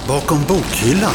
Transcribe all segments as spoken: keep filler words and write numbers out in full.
Bakom bokhyllan.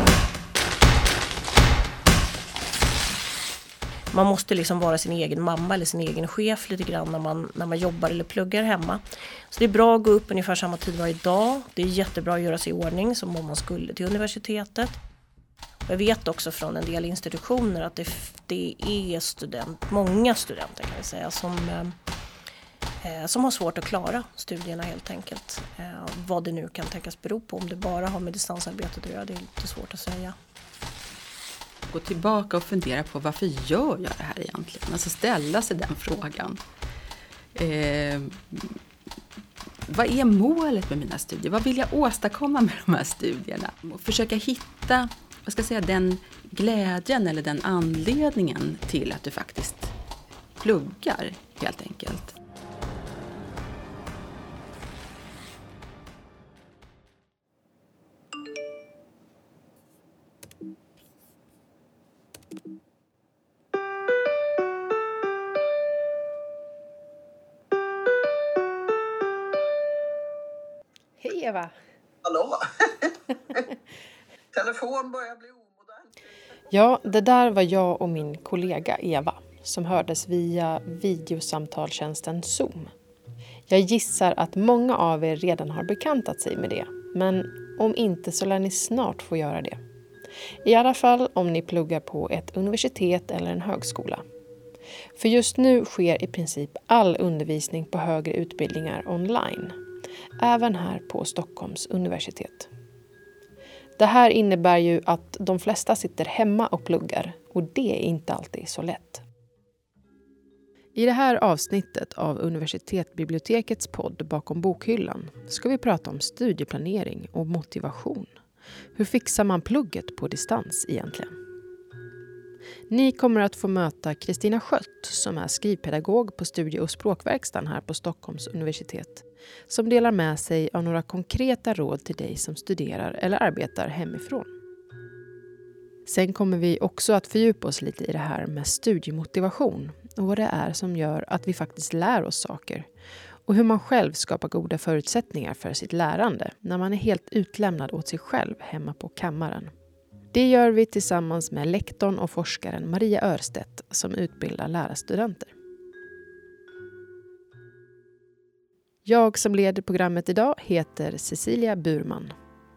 Man måste liksom vara sin egen mamma eller sin egen chef lite grann när man, när man jobbar eller pluggar hemma. Så det är bra att gå upp ungefär samma tid varje dag. Det är jättebra att göra sig i ordning som om man skulle till universitetet. Jag vet också från en del institutioner att det, det är student, många studenter kan jag säga, som, eh, som har svårt att klara studierna helt enkelt. Eh, vad det nu kan tänkas bero på, om det bara har med distansarbetet att göra, det är lite svårt att säga. Gå tillbaka och fundera på varför gör jag det här egentligen? Alltså ställa sig den frågan. Eh, vad är målet med mina studier? Vad vill jag åstadkomma med de här studierna? Och försöka hitta, vad ska jag säga, den glädjen eller den anledningen till att du faktiskt pluggar helt enkelt. Hej Eva! Hallå! Telefon börjar bli omodern. Ja, det där var jag och min kollega Eva som hördes via videosamtaltjänsten Zoom. Jag gissar att många av er redan har bekantat sig med det, men om inte så lär ni snart få göra det. I alla fall om ni pluggar på ett universitet eller en högskola. För just nu sker i princip all undervisning på högre utbildningar online. Även här på Stockholms universitet. Det här innebär ju att de flesta sitter hemma och pluggar och det är inte alltid så lätt. I det här avsnittet av Universitetsbibliotekets podd Bakom bokhyllan ska vi prata om studieplanering och motivation. Hur fixar man plugget på distans egentligen? Ni kommer att få möta Kristina Schött som är skrivpedagog på studie- och språkverkstan här på Stockholms universitet. Som delar med sig av några konkreta råd till dig som studerar eller arbetar hemifrån. Sen kommer vi också att fördjupa oss lite i det här med studiemotivation och vad det är som gör att vi faktiskt lär oss saker. Och hur man själv skapar goda förutsättningar för sitt lärande när man är helt utlämnad åt sig själv hemma på kammaren. Det gör vi tillsammans med lektorn och forskaren Maria Örstedt som utbildar lärarstudenter. Jag som leder programmet idag heter Cecilia Burman.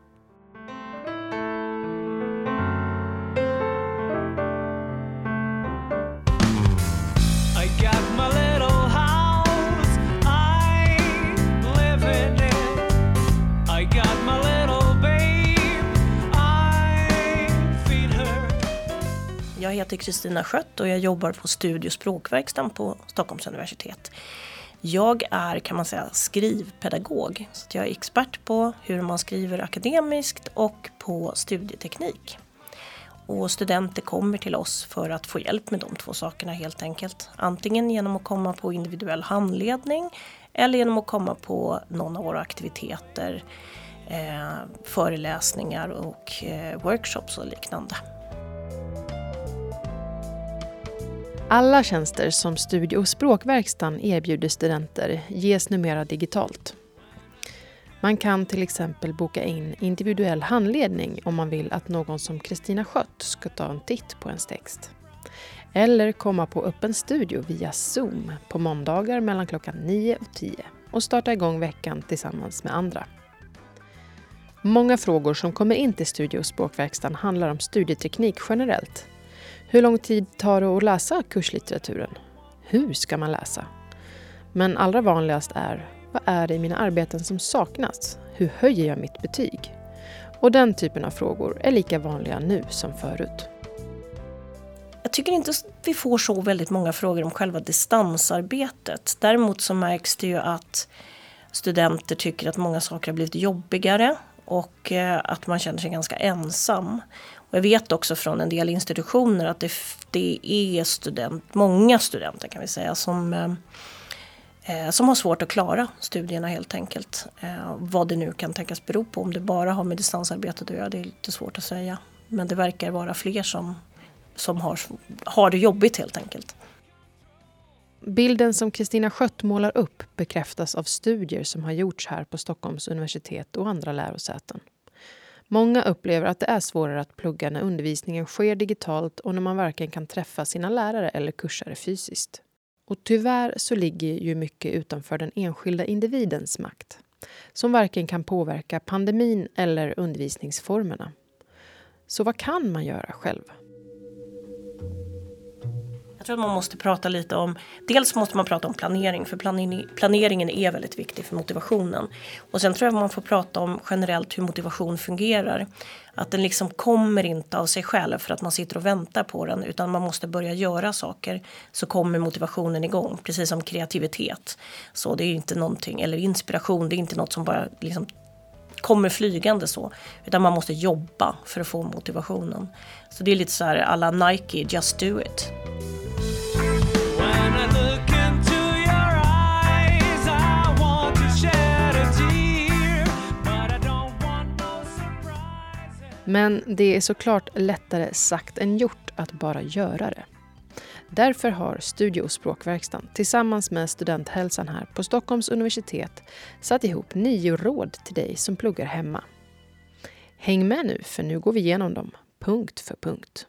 Jag heter Kristina Schött och jag jobbar på studie- och språkverkstan på Stockholms universitet. Jag är, kan man säga, skrivpedagog. Så att jag är expert på hur man skriver akademiskt och på studieteknik. Och studenter kommer till oss för att få hjälp med de två sakerna helt enkelt. Antingen genom att komma på individuell handledning eller genom att komma på någon av våra aktiviteter, eh, föreläsningar och eh, workshops och liknande. Alla tjänster som studie- och språkverkstan erbjuder studenter ges numera digitalt. Man kan till exempel boka in individuell handledning om man vill att någon som Kristina Schött ska ta en titt på ens text. Eller komma på öppen studio via Zoom på måndagar mellan klockan nio och tio och starta igång veckan tillsammans med andra. Många frågor som kommer in till studie- och språkverkstan handlar om studieteknik generellt. Hur lång tid tar det att läsa kurslitteraturen? Hur ska man läsa? Men allra vanligast är, vad är det i mina arbeten som saknas? Hur höjer jag mitt betyg? Och den typen av frågor är lika vanliga nu som förut. Jag tycker inte att vi får så väldigt många frågor om själva distansarbetet. Däremot så märks det ju att studenter tycker att många saker har blivit jobbigare och att man känner sig ganska ensam. Och jag vet också från en del institutioner att det, det är student, många studenter kan vi säga som, eh, som har svårt att klara studierna helt enkelt. Eh, vad det nu kan tänkas bero på, om det bara har med distansarbetet att göra, det är lite svårt att säga. Men det verkar vara fler som, som har, har det jobbigt helt enkelt. Bilden som Kristina Schött målar upp bekräftas av studier som har gjorts här på Stockholms universitet och andra lärosäten. Många upplever att det är svårare att plugga när undervisningen sker digitalt och när man varken kan träffa sina lärare eller kursare fysiskt. Och tyvärr så ligger ju mycket utanför den enskilda individens makt, som varken kan påverka pandemin eller undervisningsformerna. Så vad kan man göra själv? Jag tror att man måste prata lite om, dels måste man prata om planering, för planering, planeringen är väldigt viktig för motivationen. Och sen tror jag att man får prata om generellt hur motivation fungerar. Att den liksom kommer inte av sig själv för att man sitter och väntar på den, utan man måste börja göra saker, så kommer motivationen igång, precis som kreativitet. Så det är inte någonting, eller inspiration, det är inte något som bara liksom kommer flygande så, utan man måste jobba för att få motivationen. Så det är lite så här alla Nike, just do it. Men det är såklart lättare sagt än gjort att bara göra det. Därför har Studie- och språkverkstan tillsammans med studenthälsan här på Stockholms universitet satt ihop nio råd till dig som pluggar hemma. Häng med nu, för nu går vi igenom dem punkt för punkt.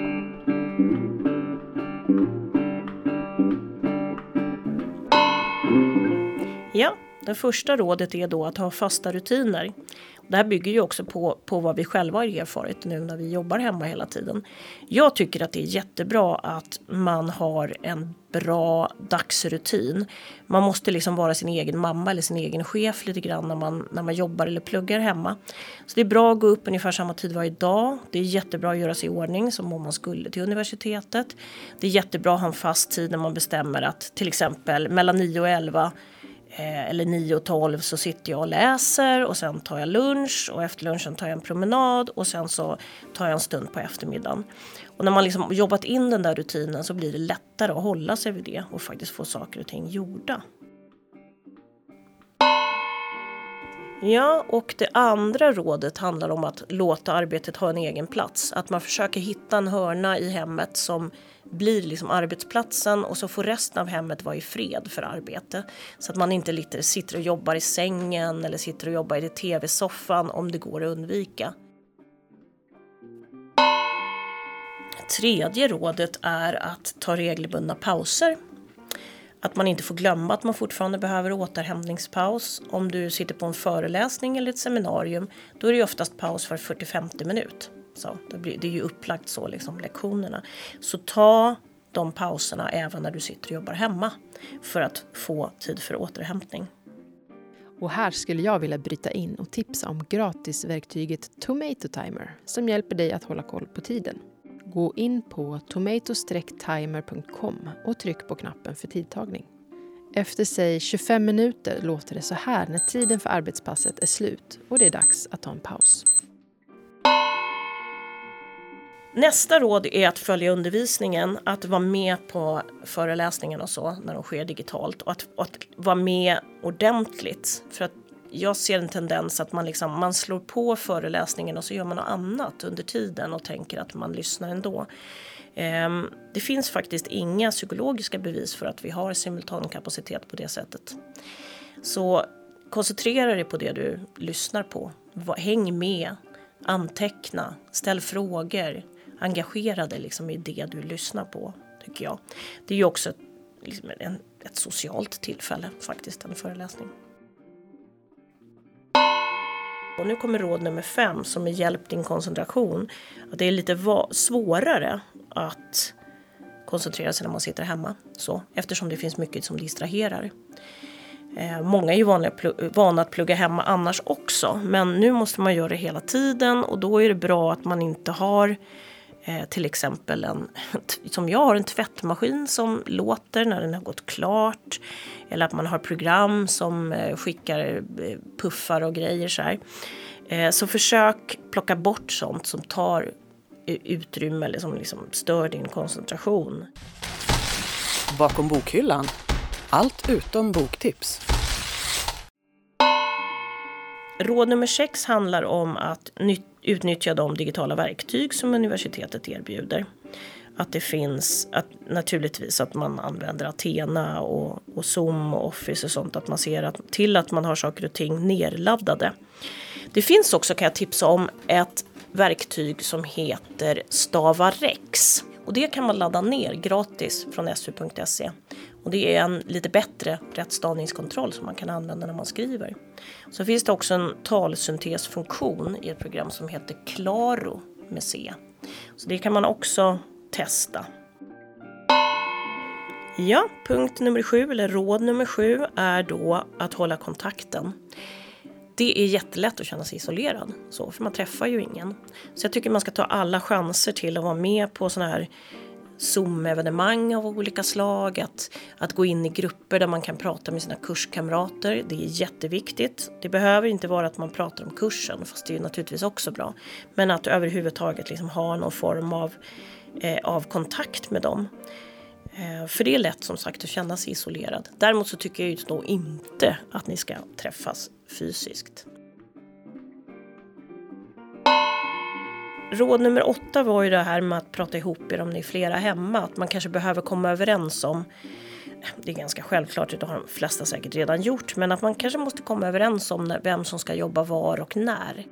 Ja, det första rådet är då att ha fasta rutiner. Det här bygger ju också på, på vad vi själva har erfarit nu när vi jobbar hemma hela tiden. Jag tycker att det är jättebra att man har en bra dagsrutin. Man måste liksom vara sin egen mamma eller sin egen chef lite grann när man, när man jobbar eller pluggar hemma. Så det är bra att gå upp ungefär samma tid varje dag. Det är jättebra att göra sig i ordning som om man skulle till universitetet. Det är jättebra att ha en fast tid när man bestämmer att till exempel mellan nio och elva eller nio och tolv så sitter jag och läser, och sen tar jag lunch, och efter lunchen tar jag en promenad, och sen så tar jag en stund på eftermiddagen. Och när man liksom jobbat in den där rutinen så blir det lättare att hålla sig vid det och faktiskt få saker och ting gjorda. Ja, och det andra rådet handlar om att låta arbetet ha en egen plats. Att man försöker hitta en hörna i hemmet som blir liksom arbetsplatsen, och så får resten av hemmet vara i fred för arbete. Så att man inte lite sitter och jobbar i sängen eller sitter och jobbar i tv-soffan om det går att undvika. Tredje rådet är att ta regelbundna pauser. Att man inte får glömma att man fortfarande behöver återhämtningspaus. Om du sitter på en föreläsning eller ett seminarium, då är det ju oftast paus för fyrtio till femtio minut. Så det, blir, det är ju upplagt så, liksom, lektionerna. Så ta de pauserna även när du sitter och jobbar hemma för att få tid för återhämtning. Och här skulle jag vilja bryta in och tipsa om gratisverktyget Tomato Timer som hjälper dig att hålla koll på tiden. Gå in på tomato timer punkt com och tryck på knappen för tidtagning. Efter sig tjugofem minuter låter det så här när tiden för arbetspasset är slut och det är dags att ta en paus. Nästa råd är att följa undervisningen, att vara med på föreläsningen och så när de sker digitalt, och att, och att vara med ordentligt. För att jag ser en tendens att man, liksom, man slår på föreläsningen och så gör man något annat under tiden och tänker att man lyssnar ändå. Ehm, det finns faktiskt inga psykologiska bevis för att vi har simultankapacitet på det sättet. Så koncentrera dig på det du lyssnar på. Häng med, anteckna, ställ frågor. Engagera dig liksom i det du lyssnar på, tycker jag. Det är ju också liksom en, ett socialt tillfälle faktiskt, en föreläsning. Och nu kommer råd nummer fem som är hjälp din koncentration. Att det är lite va- svårare att koncentrera sig när man sitter hemma. Så, eftersom det finns mycket som distraherar. Eh, många är ju vanliga pl- vana att plugga hemma annars också. Men nu måste man göra det hela tiden. Och då är det bra att man inte har eh, till exempel en, som jag har, en tvättmaskin som låter när den har gått klart. Eller att man har program som eh, skickar eh, puffar och grejer så här. Eh, så försök plocka bort sånt som tar eh, utrymme eller som liksom stör din koncentration. Bakom bokhyllan. Allt utom boktips. Råd nummer sex handlar om att nyt- utnyttja de digitala verktyg som universitetet erbjuder. Att det finns, att naturligtvis att man använder Athena och, och Zoom och Office och sånt. Att man ser att, till att man har saker och ting nerladdade. Det finns också, kan jag tipsa om, ett verktyg som heter Stavarex. Och det kan man ladda ner gratis från s u punkt se. Och det är en lite bättre rättstavningskontroll som man kan använda när man skriver. Så finns det också en talsyntesfunktion i ett program som heter Claro med C. Så det kan man också testa. Ja, punkt nummer sju, eller råd nummer sju, är då att hålla kontakten. Det är jättelätt att känna sig isolerad, så, för man träffar ju ingen. Så jag tycker man ska ta alla chanser till att vara med på sådana här Zoom-evenemang av olika slag. Att, att gå in i grupper där man kan prata med sina kurskamrater. Det är jätteviktigt. Det behöver inte vara att man pratar om kursen, fast det är naturligtvis också bra. Men att överhuvudtaget liksom ha någon form av, eh, av kontakt med dem. Eh, för det är lätt som sagt att känna sig isolerad. Däremot så tycker jag just då inte att ni ska träffas fysiskt. Råd nummer åtta var ju det här med att prata ihop er om ni är flera hemma. Att man kanske behöver komma överens om, det är ganska självklart, det har de flesta säkert redan gjort, men att man kanske måste komma överens om vem som ska jobba var och när.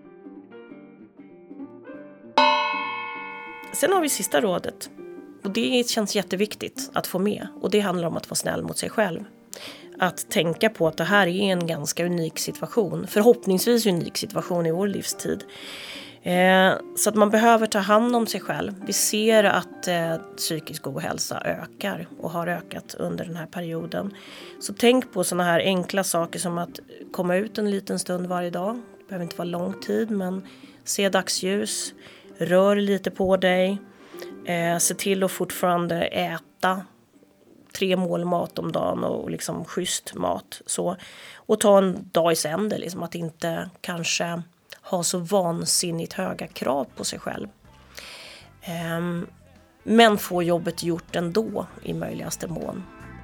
Sen har vi sista rådet. Och det känns jätteviktigt att få med. Och det handlar om att vara snäll mot sig själv. Att tänka på att det här är en ganska unik situation. Förhoppningsvis unik situation i vår livstid. Eh, så att man behöver ta hand om sig själv. Vi ser att eh, psykisk ohälsa ökar och har ökat under den här perioden. Så tänk på sådana här enkla saker som att komma ut en liten stund varje dag. Det behöver inte vara lång tid, men se dagsljus. Rör lite på dig. Eh, se till att fortfarande äta tre mål mat om dagen och liksom schysst mat. Så, och ta en dag i sänder, liksom, att inte kanske ha så vansinnigt höga krav på sig själv. Eh, men få jobbet gjort ändå i möjligaste mån.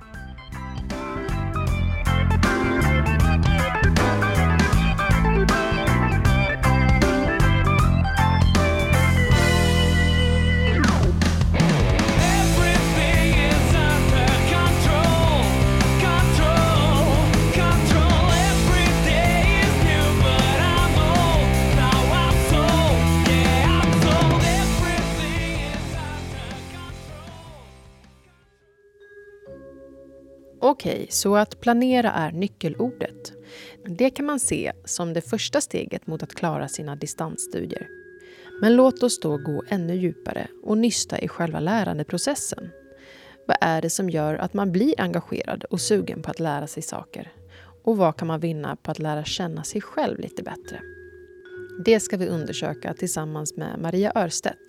Okej, så att planera är nyckelordet. Det kan man se som det första steget mot att klara sina distansstudier. Men låt oss då gå ännu djupare och nysta i själva lärandeprocessen. Vad är det som gör att man blir engagerad och sugen på att lära sig saker? Och vad kan man vinna på att lära känna sig själv lite bättre? Det ska vi undersöka tillsammans med Maria Örstedt.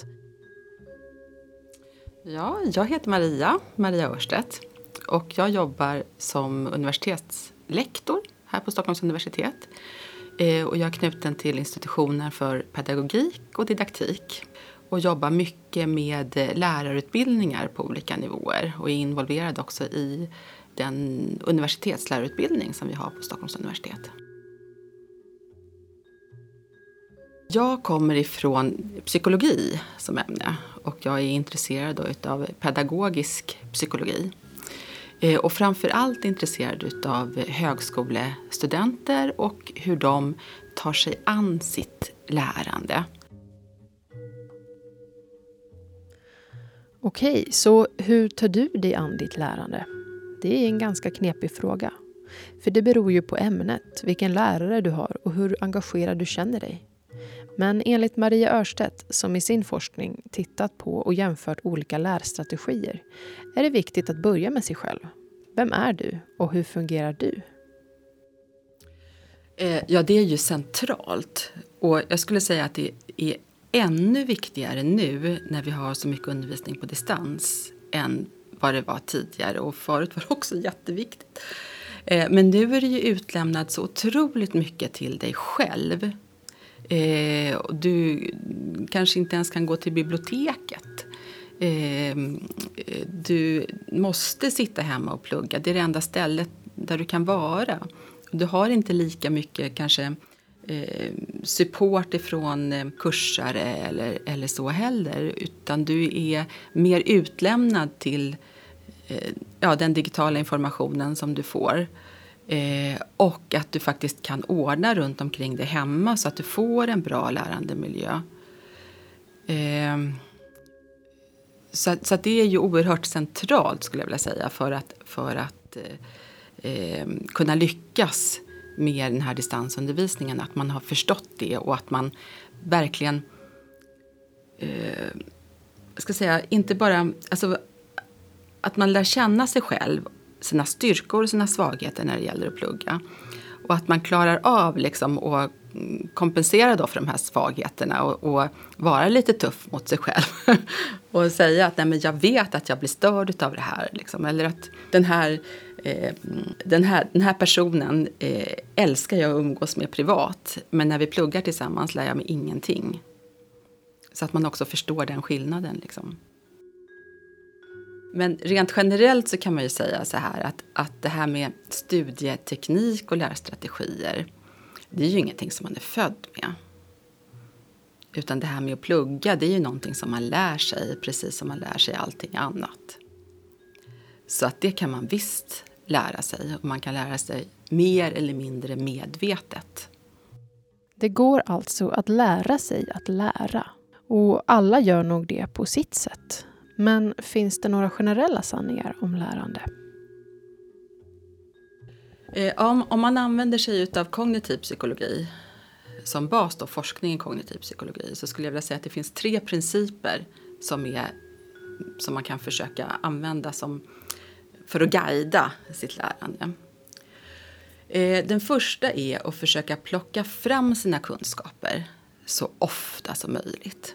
Ja, jag heter Maria, Maria Örstedt. Och jag jobbar som universitetslektor här på Stockholms universitet. Eh, och jag är knuten till institutionen för pedagogik och didaktik. Och jobbar mycket med lärarutbildningar på olika nivåer. Och är involverad också i den universitetslärarutbildning som vi har på Stockholms universitet. Jag kommer ifrån psykologi som ämne. Och jag är intresserad då av pedagogisk psykologi. Och framförallt intresserad av högskolestudenter och hur de tar sig an sitt lärande. Okej, så hur tar du dig an ditt lärande? Det är en ganska knepig fråga. För det beror ju på ämnet, vilken lärare du har och hur engagerad du känner dig. Men enligt Maria Örstedt, som i sin forskning tittat på och jämfört olika lärstrategier, är det viktigt att börja med sig själv. Vem är du och hur fungerar du? Eh, ja, det är ju centralt. Och jag skulle säga att det är ännu viktigare nu när vi har så mycket undervisning på distans än vad det var tidigare. Och förut var det också jätteviktigt. Eh, men nu är det ju utlämnat så otroligt mycket till dig själv. Eh, och du kanske inte ens kan gå till biblioteket. Eh, du måste sitta hemma och plugga. Det är det enda stället där du kan vara. Du har inte lika mycket kanske eh, support ifrån eh, kursare eller, eller så heller. Utan du är mer utlämnad till eh, ja, den digitala informationen som du får. Eh, och att du faktiskt kan ordna runt omkring dig hemma så att du får en bra lärandemiljö. Eh, så så att det är ju oerhört centralt skulle jag vilja säga för att, för att eh, eh, kunna lyckas med den här distansundervisningen. Att man har förstått det och att man verkligen eh, ska säga, inte bara alltså, att man lär känna sig själv, sina styrkor och sina svagheter när det gäller att plugga. Och att man klarar av liksom att kompensera då för de här svagheterna och, och vara lite tuff mot sig själv. Och säga att nej, men jag vet att jag blir störd av det här. Liksom. Eller att den här, eh, den här, den här personen eh, älskar jag att umgås med privat. Men när vi pluggar tillsammans lär jag mig ingenting. Så att man också förstår den skillnaden liksom. Men rent generellt så kan man ju säga så här att, att det här med studieteknik och lärstrategier, det är ju ingenting som man är född med. Utan det här med att plugga, det är ju någonting som man lär sig precis som man lär sig allting annat. Så att det kan man visst lära sig och man kan lära sig mer eller mindre medvetet. Det går alltså att lära sig att lära. Och alla gör nog det på sitt sätt. Men finns det några generella sanningar om lärande? Eh, om, om man använder sig av kognitiv psykologi som bas då, forskning i kognitiv psykologi, så skulle jag vilja säga att det finns tre principer som, är, som man kan försöka använda som, för att guida sitt lärande. Eh, den första är att försöka plocka fram sina kunskaper så ofta som möjligt.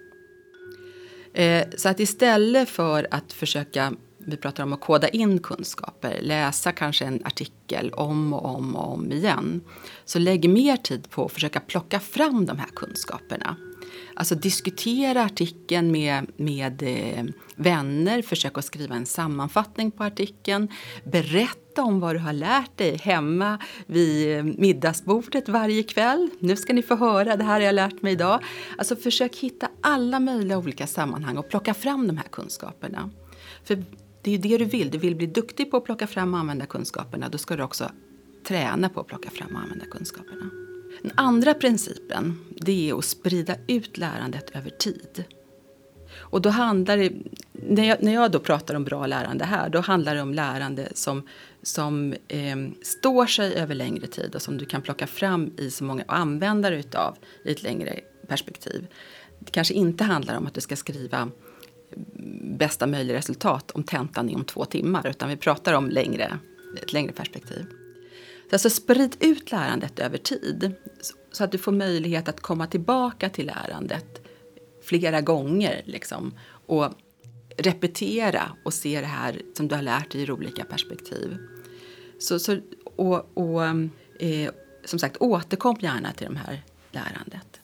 Eh, så att istället för att försöka, vi pratar om att koda in kunskaper, läsa kanske en artikel om och om och om igen, så lägg mer tid på att försöka plocka fram de här kunskaperna. Alltså diskutera artikeln med, med eh, vänner, försök att skriva en sammanfattning på artikeln, berätta om vad du har lärt dig hemma vid middagsbordet varje kväll. Nu ska ni få höra, det här har jag lärt mig idag. Alltså försök hitta alla möjliga olika sammanhang och plocka fram de här kunskaperna. För det är ju det du vill, du vill bli duktig på att plocka fram och använda kunskaperna, då ska du också träna på att plocka fram och använda kunskaperna. Den andra principen, det är att sprida ut lärandet över tid. Och då handlar det, när jag, när jag då pratar om bra lärande här, då handlar det om lärande som, som eh, står sig över längre tid och som du kan plocka fram i så många och använda dig utav i ett längre perspektiv. Det kanske inte handlar om att du ska skriva bästa möjliga resultat om tentan är om två timmar, utan vi pratar om längre, ett längre perspektiv. Så alltså sprid ut lärandet över tid så att du får möjlighet att komma tillbaka till lärandet flera gånger liksom, och repetera och se det här som du har lärt dig i olika perspektiv. Så, så, och och eh, som sagt, återkom gärna till de här lärandet.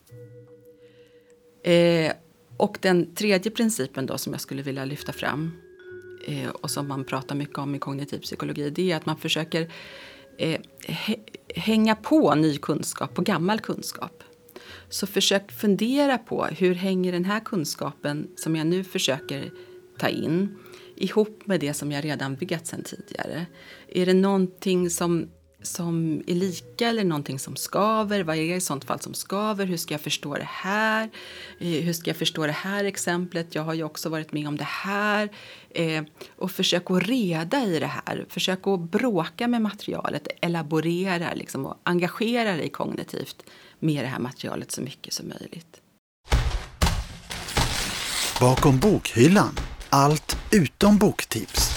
Eh, och den tredje principen då som jag skulle vilja lyfta fram eh, och som man pratar mycket om i kognitiv psykologi, det är att man försöker eh, hänga på ny kunskap på gammal kunskap. Så försök fundera på hur hänger den här kunskapen som jag nu försöker ta in ihop med det som jag redan vet sedan tidigare. Är det någonting som, som är lika eller någonting som skaver? Vad är det i sånt fall som skaver? Hur ska jag förstå det här? Eh, hur ska jag förstå det här exemplet? Jag har ju också varit med om det här. Eh, och försök att reda i det här. Försök att bråka med materialet. Elaborera liksom, och engagera dig kognitivt med det här materialet så mycket som möjligt. Bakom bokhyllan. Allt utom boktips.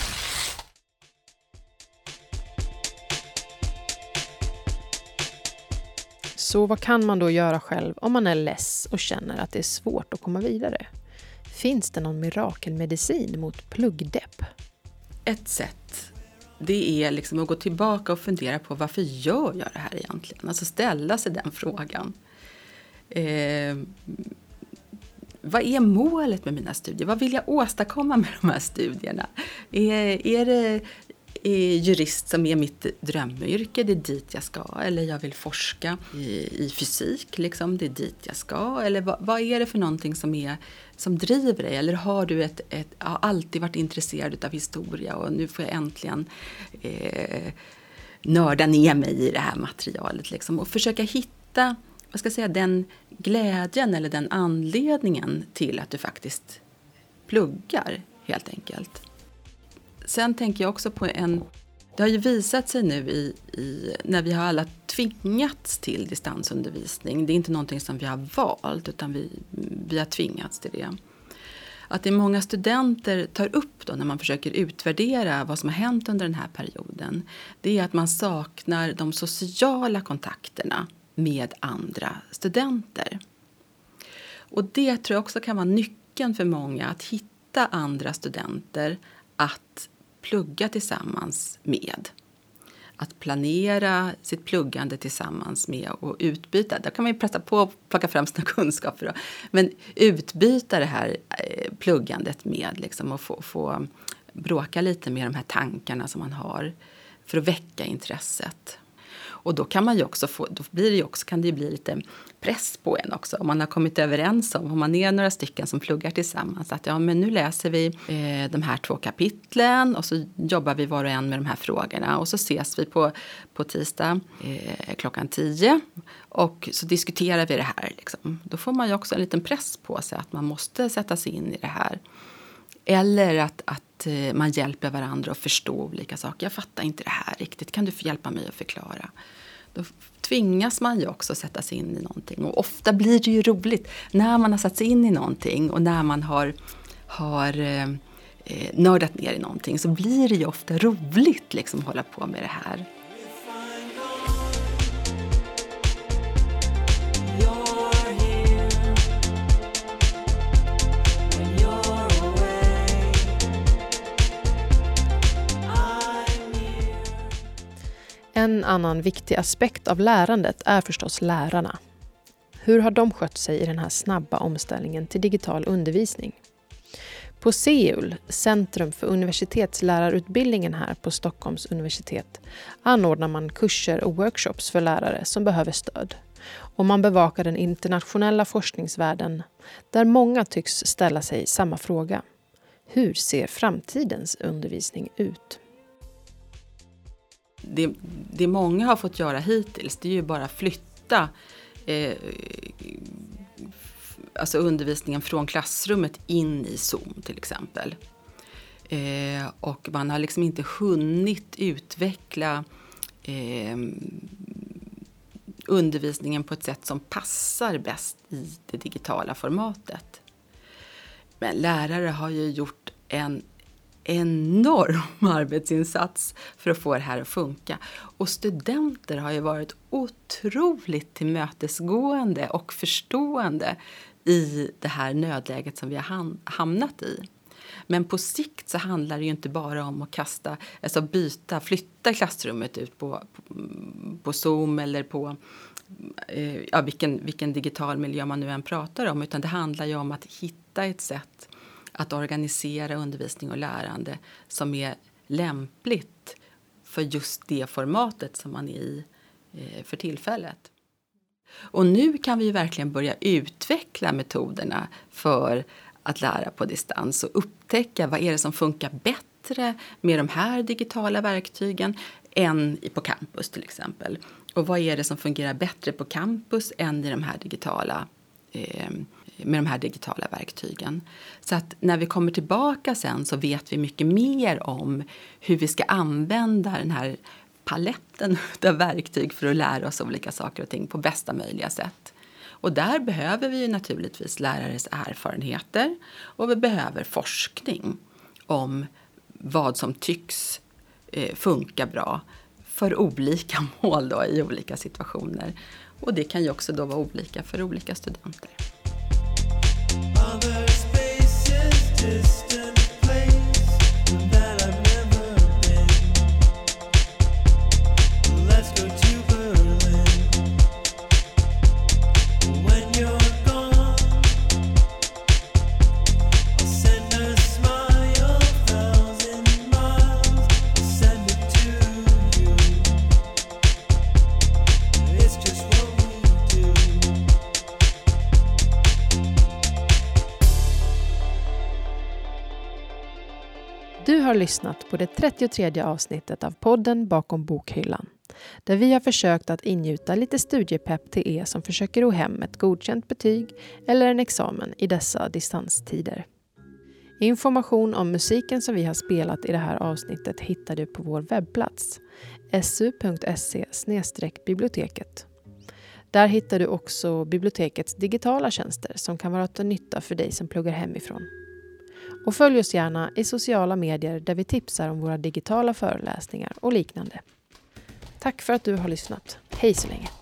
Så vad kan man då göra själv om man är less och känner att det är svårt att komma vidare? Finns det någon mirakelmedicin mot pluggdepp? Ett sätt, det är liksom att gå tillbaka och fundera på varför gör jag det här egentligen? Alltså ställa sig den frågan. Eh, vad är målet med mina studier? Vad vill jag åstadkomma med de här studierna? Är, är det är jurist som är mitt drömyrke? Det är dit jag ska. Eller jag vill forska i, i fysik. Liksom. Det är dit jag ska. Eller vad, vad är det för någonting som, är, som driver dig? Eller har du ett, ett, har alltid varit intresserad av historia och nu får jag äntligen eh, nörda ner mig i det här materialet liksom, och försöka hitta, vad ska jag säga, den glädjen eller den anledningen till att du faktiskt pluggar helt enkelt. Sen tänker jag också på en, det har ju visat sig nu i, i, när vi har alla tvingats till distansundervisning, det är inte någonting som vi har valt utan vi, vi har tvingats till det. Att det är många studenter tar upp då när man försöker utvärdera vad som har hänt under den här perioden. Det är att man saknar de sociala kontakterna med andra studenter. Och det tror jag också kan vara nyckeln för många, att hitta andra studenter att plugga tillsammans med. Att planera sitt pluggande tillsammans med och utbyta. Då kan man ju pressa på och plocka fram sina kunskaper. Då. Men utbyta det här pluggandet med liksom, och få, få bråka lite med de här tankarna som man har för att väcka intresset. Och då kan man ju också få, då blir det ju också, kan det ju bli lite press på en också. Om man har kommit överens om, om man är några stycken som pluggar tillsammans. Att ja, men nu läser vi eh, de här två kapitlen och så jobbar vi var och en med de här frågorna. Och så ses vi på, på tisdag eh, klockan tio och så diskuterar vi det här. Liksom. Då får man ju också en liten press på sig att man måste sätta sig in i det här. Eller att, att man hjälper varandra att förstå olika saker. Jag fattar inte det här riktigt. Kan du hjälpa mig att förklara? Då tvingas man ju också sätta sig in i någonting. Och ofta blir det ju roligt när man har satt sig in i någonting. Och när man har, har eh, nördat ner i någonting. Så blir det ju ofta roligt liksom, att hålla på med det här. En annan viktig aspekt av lärandet är förstås lärarna. Hur har de skött sig i den här snabba omställningen till digital undervisning? På C E U L, Centrum för universitetslärarutbildningen här på Stockholms universitet, anordnar man kurser och workshops för lärare som behöver stöd. Och man bevakar den internationella forskningsvärlden där många tycks ställa sig samma fråga. Hur ser framtidens undervisning ut? Det, det många har fått göra hittills, det är ju bara flytta eh, alltså undervisningen från klassrummet in i Zoom till exempel. Eh, och man har liksom inte hunnit utveckla eh, undervisningen på ett sätt som passar bäst i det digitala formatet. Men lärare har ju gjort en enorm arbetsinsats för att få det här att funka. Och studenter har ju varit otroligt tillmötesgående och förstående i det här nödläget som vi har hamnat i. Men på sikt så handlar det ju inte bara om att kasta, alltså byta, flytta klassrummet ut på, på, på Zoom eller på eh, ja, vilken, vilken digital miljö man nu än pratar om. Utan det handlar ju om att hitta ett sätt att organisera undervisning och lärande som är lämpligt för just det formatet som man är i eh, för tillfället. Och nu kan vi ju verkligen börja utveckla metoderna för att lära på distans och upptäcka vad är det som funkar bättre med de här digitala verktygen än på campus till exempel. Och vad är det som fungerar bättre på campus än i de här digitala eh, med de här digitala verktygen. Så att när vi kommer tillbaka sen så vet vi mycket mer om hur vi ska använda den här paletten av verktyg för att lära oss olika saker och ting på bästa möjliga sätt. Och där behöver vi ju naturligtvis lärares erfarenheter och vi behöver forskning om vad som tycks eh, funka bra för olika mål då, i olika situationer. Och det kan ju också då vara olika för olika studenter. Other spaces, distant place that I've never been. Let's go to Berlin. When you're gone, I'll send a smile a thousand miles. I'll send it to you. It's just what we do. Du har lyssnat på det trettiotredje avsnittet av podden Bakom bokhyllan, där vi har försökt att ingjuta lite studiepepp till er som försöker ro hem ett godkänt betyg eller en examen i dessa distanstider. Information om musiken som vi har spelat i det här avsnittet hittar du på vår webbplats s u punkt se slash biblioteket. Där hittar du också bibliotekets digitala tjänster som kan vara till nytta för dig som pluggar hemifrån. Och följ oss gärna i sociala medier där vi tipsar om våra digitala föreläsningar och liknande. Tack för att du har lyssnat. Hej så länge!